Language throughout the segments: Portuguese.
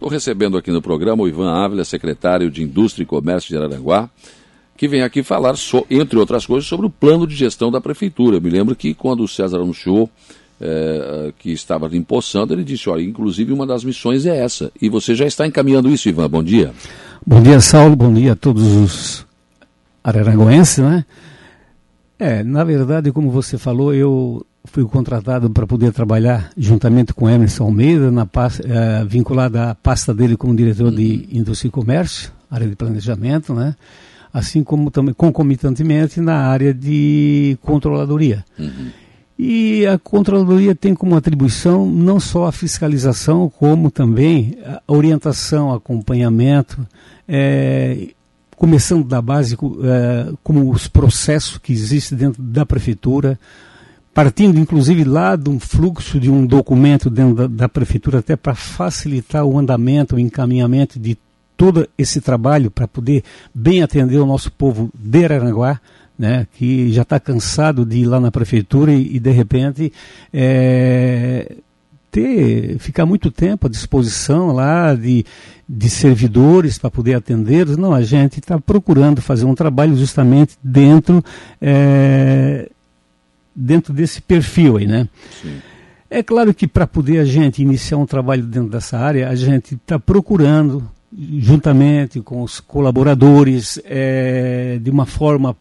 Estou recebendo aqui no programa o Ivan Ávila, secretário de Indústria e Comércio de Araranguá, que vem aqui falar, entre outras coisas, sobre o plano de gestão da Prefeitura. Eu me lembro que quando o César anunciou que estava empossando, ele disse, olha, inclusive uma das missões é essa. E você já está encaminhando isso, Ivan. Bom dia. Bom dia, Saulo. Bom dia a todos os araranguenses, né? Na verdade, como você falou, eu fui contratado para poder trabalhar juntamente com Emerson Almeida, vinculado à pasta dele como diretor de Indústria e Comércio, área de planejamento, né? Assim como também concomitantemente na área de controladoria. E a controladoria tem como atribuição não só a fiscalização, como também a orientação, acompanhamento, começando da base, como os processos que existem dentro da prefeitura, partindo inclusive lá de um fluxo de um documento dentro da prefeitura, até para facilitar o andamento, o encaminhamento de todo esse trabalho, para poder bem atender o nosso povo de Araranguá, né, que já está cansado de ir lá na prefeitura e de repente ficar muito tempo à disposição lá de servidores para poder atendê-los. Não, a gente está procurando fazer um trabalho justamente dentro desse perfil aí, né? Sim. É claro que para poder a gente iniciar um trabalho dentro dessa área, a gente está procurando, juntamente com os colaboradores, de uma forma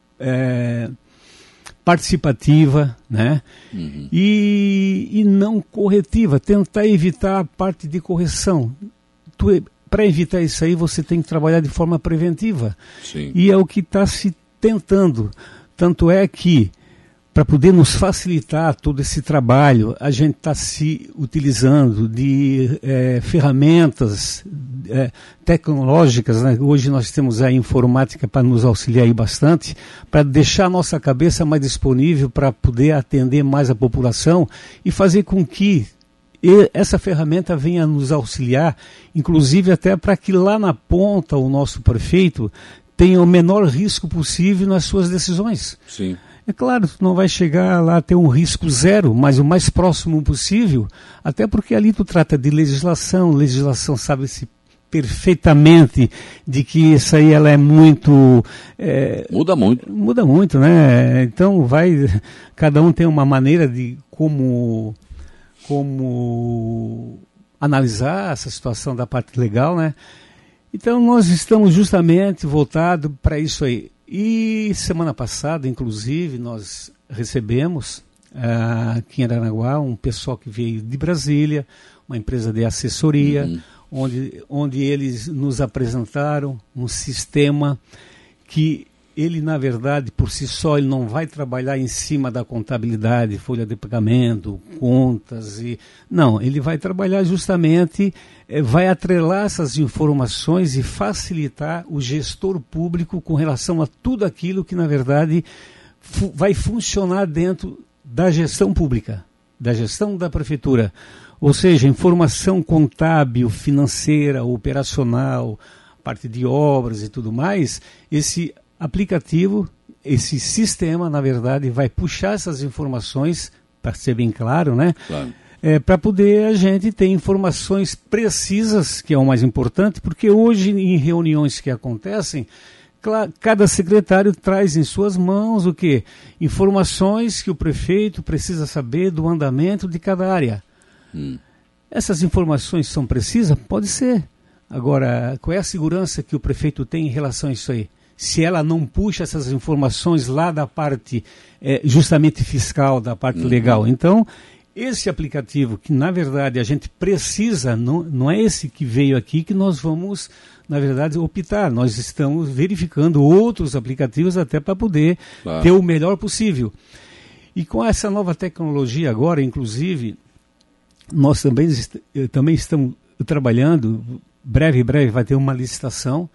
participativa, né? E não corretiva, tentar evitar a parte de correção. Para evitar isso aí, você tem que trabalhar de forma preventiva. Sim. E é o que está se tentando. Tanto é que, para poder nos facilitar todo esse trabalho, a gente está se utilizando de ferramentas tecnológicas, né? Hoje nós temos a informática para nos auxiliar aí bastante, para deixar a nossa cabeça mais disponível para poder atender mais a população e fazer com que essa ferramenta venha nos auxiliar, inclusive até para que lá na ponta o nosso prefeito tenha o menor risco possível nas suas decisões. Sim. É claro, tu não vai chegar lá a ter um risco zero, mas o mais próximo possível, até porque ali tu trata de legislação sabe-se perfeitamente de que isso aí ela é muito... Muda muito. Muda muito, né? Então cada um tem uma maneira de como analisar essa situação da parte legal, né? Então nós estamos justamente voltados para isso aí. E semana passada, inclusive, nós recebemos aqui em Araranguá um pessoal que veio de Brasília, uma empresa de assessoria, onde eles nos apresentaram um sistema que ele, na verdade, por si só, ele não vai trabalhar em cima da contabilidade, folha de pagamento, contas, não, ele vai trabalhar justamente, vai atrelar essas informações e facilitar o gestor público com relação a tudo aquilo que, na verdade, vai funcionar dentro da gestão pública, da gestão da prefeitura. Ou seja, informação contábil, financeira, operacional, parte de obras e tudo mais, esse aplicativo, esse sistema, na verdade, vai puxar essas informações, para ser bem claro, né? Claro. Para poder a gente ter informações precisas, que é o mais importante, porque hoje, em reuniões que acontecem, cada secretário traz em suas mãos o quê? Informações que o prefeito precisa saber do andamento de cada área. Essas informações são precisas? Pode ser. Agora, qual é a segurança que o prefeito tem em relação a isso aí? Se ela não puxa essas informações lá da parte justamente fiscal, da parte legal. Então, esse aplicativo que, na verdade, a gente precisa, não é esse que veio aqui que nós vamos, na verdade, optar. Nós estamos verificando outros aplicativos até para poder ter o melhor possível. E com essa nova tecnologia agora, inclusive, nós também estamos trabalhando, breve vai ter uma licitação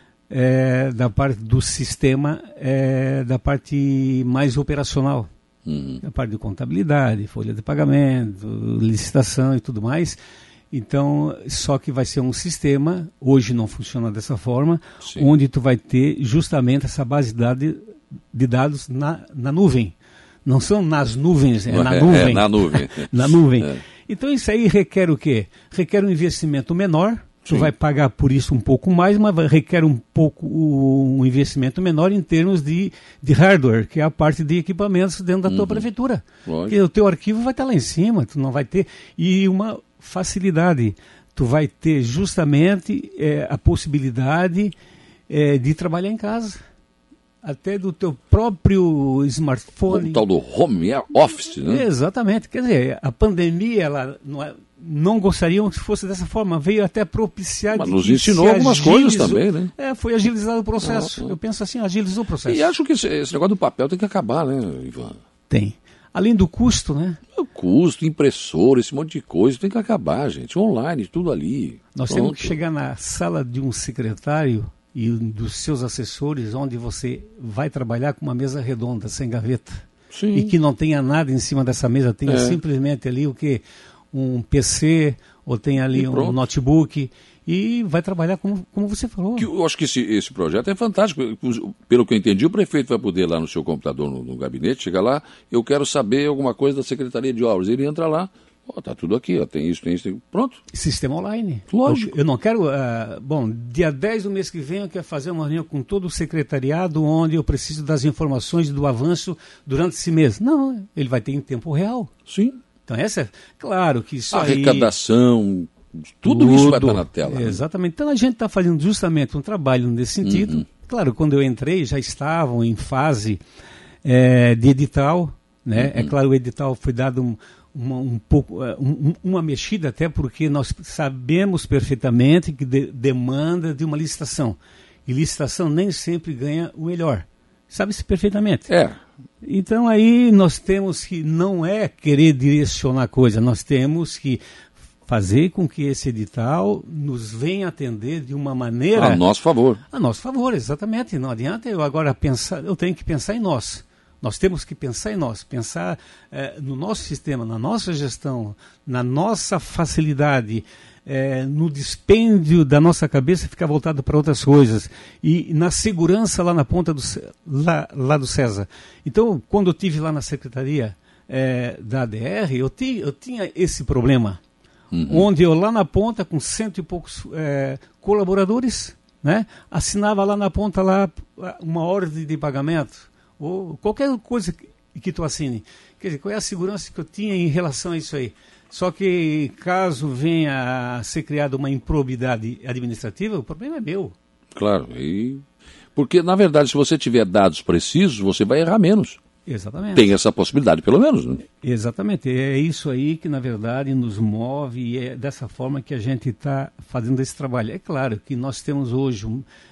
da parte do sistema, da parte mais operacional, da parte de contabilidade, folha de pagamento, licitação e tudo mais. Então, só que vai ser um sistema, hoje não funciona dessa forma, sim, onde tu vai ter justamente essa base de dados na nuvem. Não são nas nuvens, é na nuvem. É na nuvem. Na nuvem. Então isso aí requer o quê? Requer um investimento menor. Tu vai pagar por isso um pouco mais, mas requer um investimento menor em termos de hardware, que é a parte de equipamentos dentro da tua prefeitura. Porque o teu arquivo vai estar lá em cima, tu não vai ter... E uma facilidade, tu vai ter justamente a possibilidade de trabalhar em casa. Até do teu próprio smartphone. O tal do home office, né? Exatamente. Quer dizer, a pandemia, ela não gostariam que fosse dessa forma. Veio até propiciar... Mas nos ensinou algumas coisas também, né? Foi agilizado o processo. Eu penso assim, agilizou o processo. E acho que esse negócio do papel tem que acabar, né, Ivan? Tem. Além do custo, né? O custo, impressora, esse monte de coisa, tem que acabar, gente. Online, tudo ali. Nós temos que chegar na sala de um secretário e dos seus assessores, onde você vai trabalhar com uma mesa redonda, sem gaveta. Sim. E que não tenha nada em cima dessa mesa, tenha simplesmente ali o quê? Um PC, ou tem ali um notebook, e vai trabalhar como você falou. Eu acho que esse projeto é fantástico. Pelo que eu entendi, o prefeito vai poder lá no seu computador, no gabinete, chegar lá, eu quero saber alguma coisa da Secretaria de Obras. Ele entra lá, tá tudo aqui, tem isso, pronto. Sistema online. Lógico. Eu não quero... dia 10 do mês que vem eu quero fazer uma reunião com todo o secretariado onde eu preciso das informações do avanço durante esse mês. Não, ele vai ter em tempo real. Sim. Então claro que isso aí... Arrecadação, tudo isso vai estar na tela. Exatamente. Né? Então a gente está fazendo justamente um trabalho nesse sentido. Claro, quando eu entrei já estavam em fase de edital, né? É claro, o edital foi dado uma mexida, até porque nós sabemos perfeitamente que demanda de uma licitação. E licitação nem sempre ganha o melhor. Sabe-se perfeitamente. Então aí nós temos que, não é querer direcionar a coisa, nós temos que fazer com que esse edital nos venha atender de uma maneira... A nosso favor. A nosso favor, exatamente. Não adianta eu agora pensar, eu tenho que pensar em nós. Nós temos que pensar em nós, pensar no nosso sistema, na nossa gestão, na nossa facilidade, no dispêndio da nossa cabeça ficar voltado para outras coisas e na segurança lá na ponta lá do César. Então, quando eu estive lá na secretaria da ADR, eu tinha esse problema, onde eu lá na ponta, com 100 e poucos colaboradores, né, assinava lá na ponta uma ordem de pagamento, ou qualquer coisa que tu assine. Quer dizer, qual é a segurança que eu tinha em relação a isso aí? Só que caso venha a ser criada uma improbidade administrativa, o problema é meu. Claro, porque na verdade se você tiver dados precisos, você vai errar menos. Exatamente. Tem essa possibilidade, pelo menos, né? Exatamente, é isso aí que na verdade nos move e é dessa forma que a gente está fazendo esse trabalho. É claro que nós temos hoje,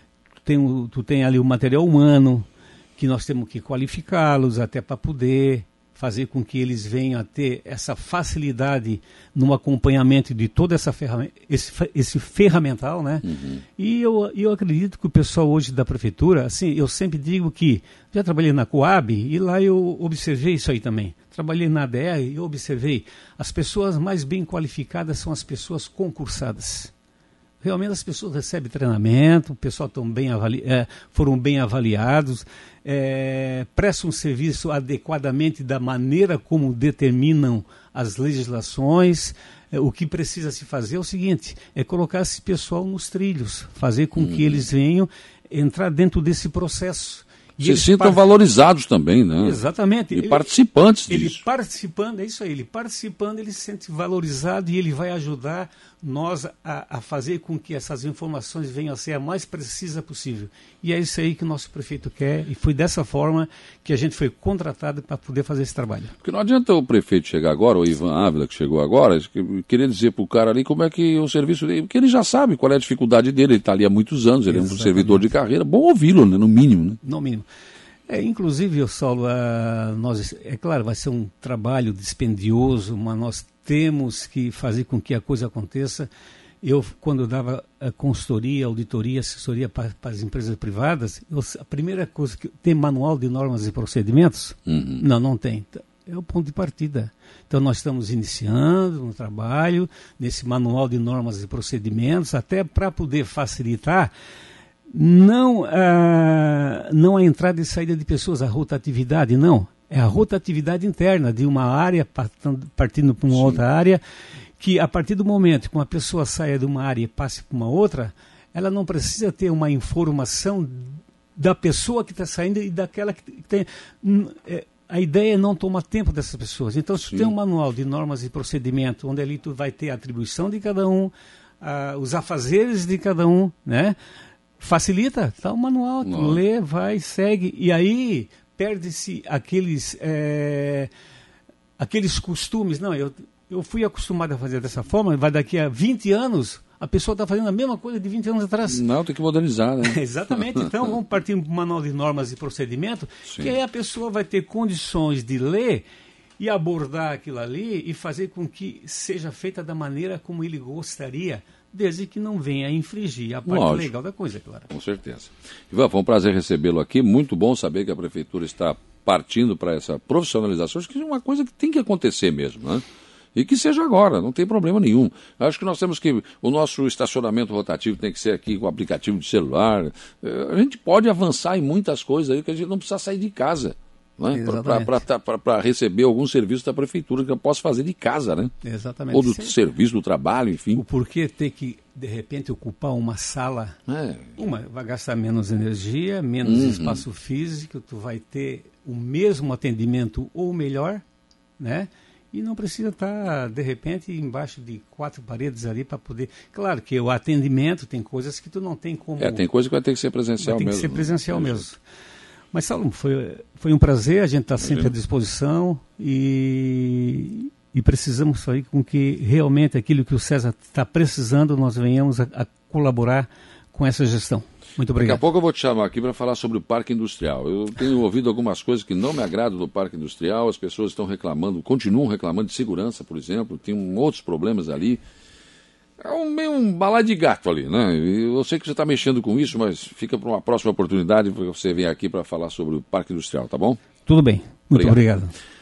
tu tem ali o material humano, que nós temos que qualificá-los até para poder fazer com que eles venham a ter essa facilidade no acompanhamento de toda essa esse ferramental, né? E eu acredito que o pessoal hoje da prefeitura, assim, eu sempre digo que já trabalhei na Coab e lá eu observei isso aí também. Trabalhei na ADR e eu observei, as pessoas mais bem qualificadas são as pessoas concursadas. Realmente as pessoas recebem treinamento, o pessoal foram bem avaliados, prestam um serviço adequadamente da maneira como determinam as legislações. O que precisa se fazer é o seguinte, é colocar esse pessoal nos trilhos, fazer com que eles venham entrar dentro desse processo. Se sintam valorizados também, né? Exatamente. E participantes disso. Ele participando, é isso aí, ele participando, ele se sente valorizado e ele vai ajudar nós a fazer com que essas informações venham a ser a mais precisa possível. E é isso aí que o nosso prefeito quer e foi dessa forma que a gente foi contratado para poder fazer esse trabalho. Porque não adianta o prefeito chegar agora, o Ivan Ávila que chegou agora, querer dizer para o cara ali como é que o serviço dele, porque ele já sabe qual é a dificuldade dele, ele está ali há muitos anos, ele é um servidor de carreira, bom ouvi-lo, né, no mínimo. Né? No mínimo. Inclusive, Saulo, é claro, vai ser um trabalho dispendioso, mas nós temos que fazer com que a coisa aconteça. Eu, quando eu dava consultoria, auditoria, assessoria para as empresas privadas, a primeira coisa que tem manual de normas e procedimentos? Não tem. É o ponto de partida. Então, nós estamos iniciando um trabalho nesse manual de normas e procedimentos, até para poder facilitar não a entrada e saída de pessoas, a rotatividade, não. É a rotatividade interna de uma área partindo para uma outra área, que a partir do momento que uma pessoa saia de uma área e passe para uma outra, ela não precisa ter uma informação da pessoa que está saindo e daquela que tem... A ideia é não tomar tempo dessas pessoas. Então, se tem um manual de normas e procedimento, onde ali tu vai ter a atribuição de cada um, os afazeres de cada um, né? Facilita, tá o manual, tu lê, vai, segue, e aí perde-se aqueles costumes. Não, eu fui acostumado a fazer dessa forma, vai daqui a 20 anos... A pessoa está fazendo a mesma coisa de 20 anos atrás. Não, tem que modernizar, né? Exatamente. Então, vamos partir para o manual de normas e procedimento, que aí a pessoa vai ter condições de ler e abordar aquilo ali e fazer com que seja feita da maneira como ele gostaria, desde que não venha a infringir a parte legal da coisa, claro. Com certeza. Ivan, foi um prazer recebê-lo aqui. Muito bom saber que a Prefeitura está partindo para essa profissionalização. Acho que é uma coisa que tem que acontecer mesmo, né? E que seja agora, não tem problema nenhum. Acho que nós temos que... O nosso estacionamento rotativo tem que ser aqui com aplicativo de celular. A gente pode avançar em muitas coisas aí, que a gente não precisa sair de casa, né? Para receber algum serviço da Prefeitura que eu posso fazer de casa, né? Exatamente. Ou do serviço, do trabalho, enfim. O porquê ter que, de repente, ocupar uma sala... vai gastar menos energia, menos espaço físico, tu vai ter o mesmo atendimento ou melhor, né? E não precisa estar, de repente, embaixo de 4 paredes ali para poder... Claro que o atendimento tem coisas que tu não tem como... tem coisa que vai ter que ser presencial mesmo. Tem que ser presencial mesmo. Mas, Saulo, foi um prazer, a gente está sempre à disposição e precisamos fazer com que realmente aquilo que o César está precisando, nós venhamos a colaborar com essa gestão. Muito obrigado. Daqui a pouco eu vou te chamar aqui para falar sobre o Parque Industrial. Eu tenho ouvido algumas coisas que não me agradam do Parque Industrial, as pessoas estão reclamando, continuam reclamando de segurança, por exemplo, tem outros problemas ali. É meio um balai de gato ali, né? Eu sei que você está mexendo com isso, mas fica para uma próxima oportunidade para você vir aqui para falar sobre o Parque Industrial, tá bom? Tudo bem. Muito obrigado.